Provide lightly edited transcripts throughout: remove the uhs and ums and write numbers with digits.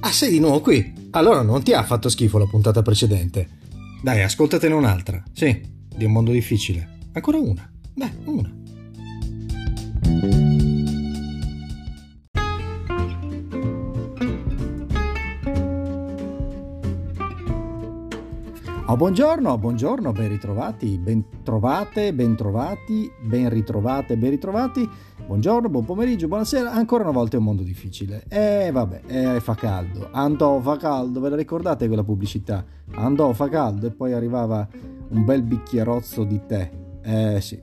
Ah, sei di nuovo qui? Allora non ti ha fatto schifo la puntata precedente. Dai, ascoltatene un'altra. Sì, di un mondo difficile. Ancora una. Dai, una. Oh, buongiorno, ben ritrovati, ben trovate, ben trovati, ben ritrovate, ben ritrovati. Buongiorno, buon pomeriggio, buonasera. Ancora una volta è un mondo difficile. Fa caldo. Andò, fa caldo, ve la ricordate quella pubblicità? Andò, fa caldo e poi arrivava un bel bicchierozzo di tè. Sì.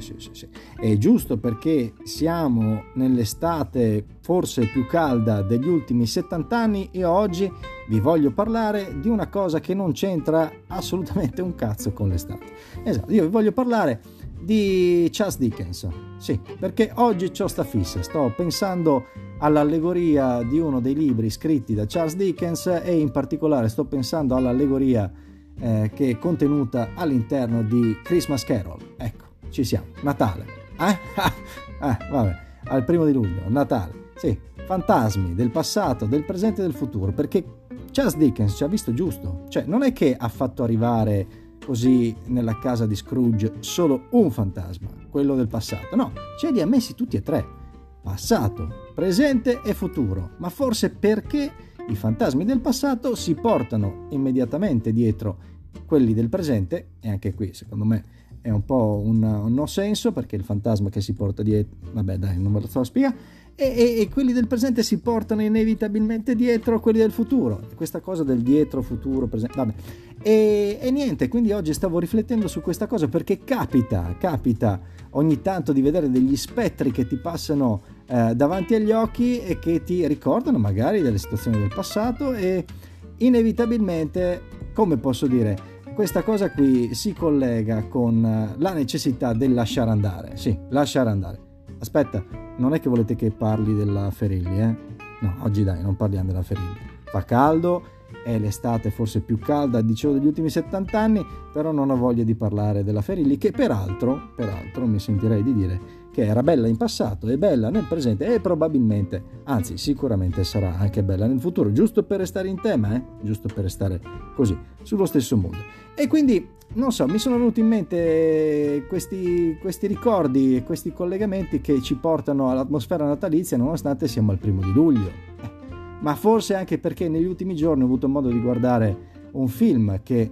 È giusto, perché siamo nell'estate forse più calda degli ultimi 70 anni e oggi vi voglio parlare di una cosa che non c'entra assolutamente un cazzo con l'estate. Esatto, io vi voglio parlare di Charles Dickens. Sì, perché oggi c'ho sta fissa, sto pensando all'allegoria di uno dei libri scritti da Charles Dickens e in particolare sto pensando all'allegoria che è contenuta all'interno di Christmas Carol. Ecco, ci siamo, Natale. Vabbè, al 1 luglio, Natale. Sì, fantasmi del passato, del presente e del futuro, perché Charles Dickens ci ha visto giusto. Cioè, non è che ha fatto arrivare così nella casa di Scrooge solo un fantasma, quello del passato. No, ce li ha messi tutti e tre. Passato, presente e futuro. Ma forse perché i fantasmi del passato si portano immediatamente dietro quelli del presente, e anche qui secondo me è un po' un no senso, perché il fantasma che si porta dietro, vabbè dai, non me lo so spiegare, e quelli del presente si portano inevitabilmente dietro quelli del futuro. Questa cosa del dietro, futuro, presente, vabbè. E niente, quindi oggi stavo riflettendo su questa cosa, perché capita ogni tanto di vedere degli spettri che ti passano davanti agli occhi e che ti ricordano magari delle situazioni del passato, e inevitabilmente, come posso dire, questa cosa qui si collega con la necessità del lasciare andare. Sì, lasciare andare. Aspetta, non è che volete che parli della Ferilli, eh? No, oggi dai, non parliamo della Ferilli. Fa caldo, è l'estate forse più calda, dicevo, degli ultimi 70 anni, però non ho voglia di parlare della Ferilli, che peraltro mi sentirei di dire che era bella in passato, è bella nel presente e probabilmente, anzi sicuramente sarà anche bella nel futuro, giusto per restare in tema, giusto per restare così, sullo stesso mondo. E quindi, non so, mi sono venuti in mente questi ricordi e questi collegamenti che ci portano all'atmosfera natalizia, nonostante siamo al 1 luglio. Ma forse anche perché negli ultimi giorni ho avuto modo di guardare un film che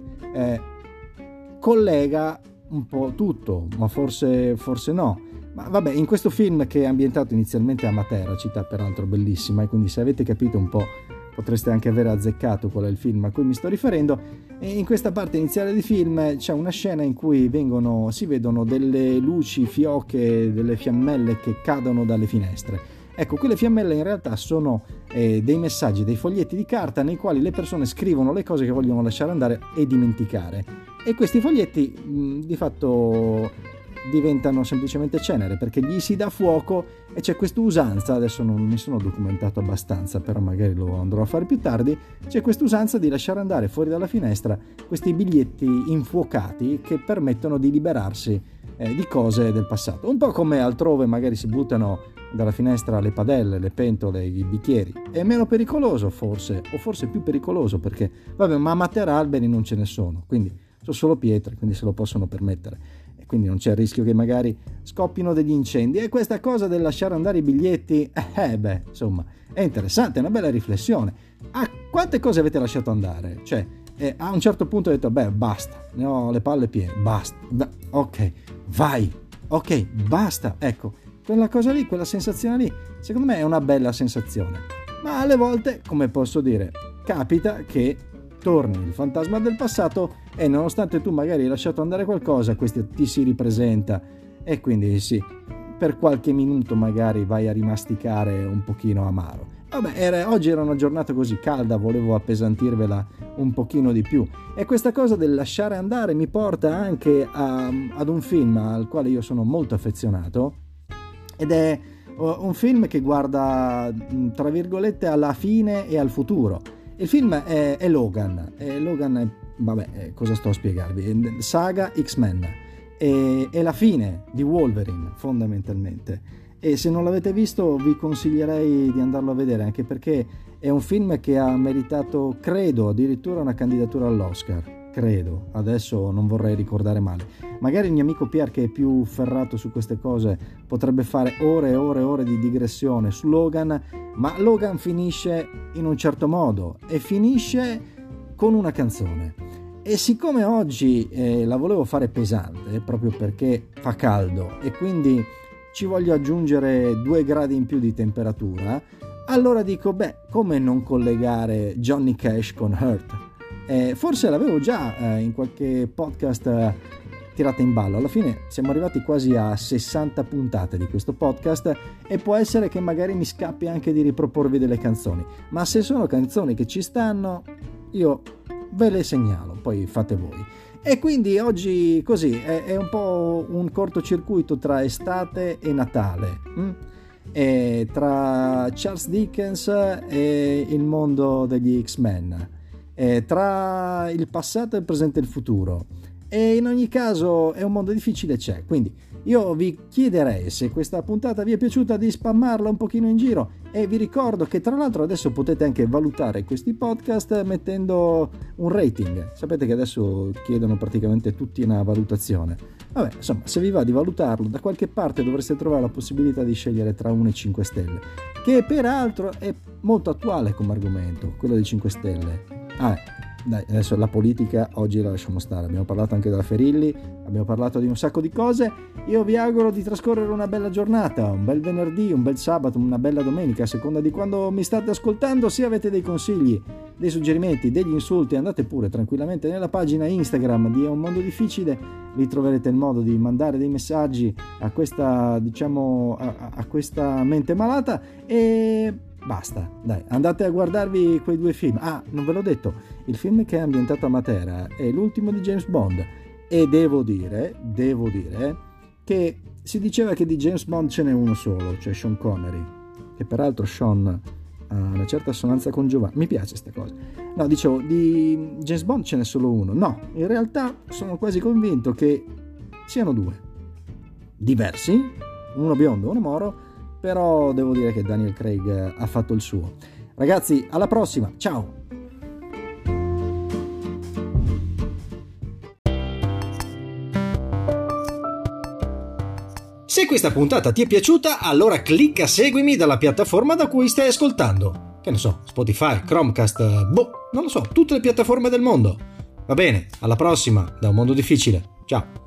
collega un po' tutto, ma forse no. Ma vabbè, in questo film, che è ambientato inizialmente a Matera, città peraltro bellissima, e quindi se avete capito un po' potreste anche aver azzeccato qual è il film a cui mi sto riferendo, e in questa parte iniziale di film c'è una scena in cui si vedono delle luci fiocche, delle fiammelle che cadono dalle finestre. Ecco, quelle fiammelle in realtà sono dei messaggi, dei foglietti di carta nei quali le persone scrivono le cose che vogliono lasciare andare e dimenticare. E questi foglietti di fatto diventano semplicemente cenere, perché gli si dà fuoco, e c'è questa usanza, adesso non mi sono documentato abbastanza, però magari lo andrò a fare più tardi, c'è questa usanza di lasciare andare fuori dalla finestra questi biglietti infuocati che permettono di liberarsi di cose del passato, un po' come altrove magari si buttano dalla finestra le padelle, le pentole, i bicchieri. È meno pericoloso forse, o forse più pericoloso, perché vabbè, ma a Matera alberi non ce ne sono, quindi sono solo pietre, quindi se lo possono permettere, e quindi non c'è il rischio che magari scoppino degli incendi. E questa cosa del lasciare andare i biglietti, insomma, è interessante, è una bella riflessione. Quante cose avete lasciato andare? Cioè, a un certo punto ho detto, basta, ne ho le palle piene, basta, ok, vai, ok, basta, ecco, quella cosa lì, quella sensazione lì, secondo me è una bella sensazione. Ma alle volte, come posso dire, capita che torni il fantasma del passato e nonostante tu magari hai lasciato andare qualcosa, questo ti si ripresenta, e quindi sì, per qualche minuto magari vai a rimasticare un pochino amaro. Vabbè, oggi era una giornata così calda, volevo appesantirvela un pochino di più, e questa cosa del lasciare andare mi porta anche ad un film al quale io sono molto affezionato, ed è un film che guarda, tra virgolette, alla fine e al futuro. Il film è Logan. Logan, cosa sto a spiegarvi? Saga X-Men. È la fine di Wolverine, fondamentalmente. e se non l'avete visto vi consiglierei di andarlo a vedere, anche perché è un film che ha meritato, credo, addirittura una candidatura all'Oscar. Credo, adesso non vorrei ricordare male. Magari il mio amico Pier, che è più ferrato su queste cose, potrebbe fare ore e ore e ore di digressione su Logan, ma Logan finisce in un certo modo e finisce con una canzone. E siccome oggi la volevo fare pesante, proprio perché fa caldo e quindi ci voglio aggiungere 2 gradi in più di temperatura, allora dico, come non collegare Johnny Cash con Hurt? Forse l'avevo già in qualche podcast tirata in ballo. Alla fine siamo arrivati quasi a 60 puntate di questo podcast e può essere che magari mi scappi anche di riproporvi delle canzoni, ma se sono canzoni che ci stanno io ve le segnalo, poi fate voi. E quindi oggi così è un po' un cortocircuito tra estate e Natale, e tra Charles Dickens e il mondo degli X-Men, tra il passato, il presente e il futuro, e in ogni caso è un mondo difficile, c'è. Quindi io vi chiederei, se questa puntata vi è piaciuta, di spammarla un pochino in giro, e vi ricordo che tra l'altro adesso potete anche valutare questi podcast mettendo un rating. Sapete che adesso chiedono praticamente tutti una valutazione. Vabbè, insomma, se vi va di valutarlo, da qualche parte dovreste trovare la possibilità di scegliere tra 1 e 5 stelle, che peraltro è molto attuale come argomento, quello dei 5 stelle. Dai, adesso la politica oggi la lasciamo stare, abbiamo parlato anche della Ferilli, abbiamo parlato di un sacco di cose. Io vi auguro di trascorrere una bella giornata, un bel venerdì, un bel sabato, una bella domenica, a seconda di quando mi state ascoltando. Se avete dei consigli, dei suggerimenti, degli insulti, andate pure tranquillamente nella pagina Instagram di È un mondo difficile, lì troverete il modo di mandare dei messaggi a questa, diciamo, a questa mente malata. E basta, dai, andate a guardarvi quei 2 film. Non ve l'ho detto, il film che è ambientato a Matera è l'ultimo di James Bond, e devo dire che si diceva che di James Bond ce n'è uno solo, cioè Sean Connery, che peraltro Sean ha una certa assonanza con Giovanni. Mi piace sta cosa. No, dicevo, di James Bond ce n'è solo uno. No, in realtà sono quasi convinto che siano 2 diversi, uno biondo, uno moro, però devo dire che Daniel Craig ha fatto il suo. Ragazzi, alla prossima, ciao! Se questa puntata ti è piaciuta, allora clicca seguimi dalla piattaforma da cui stai ascoltando. Che ne so, Spotify, Chromecast, non lo so, tutte le piattaforme del mondo. Va bene, alla prossima, da Un Mondo Difficile. Ciao!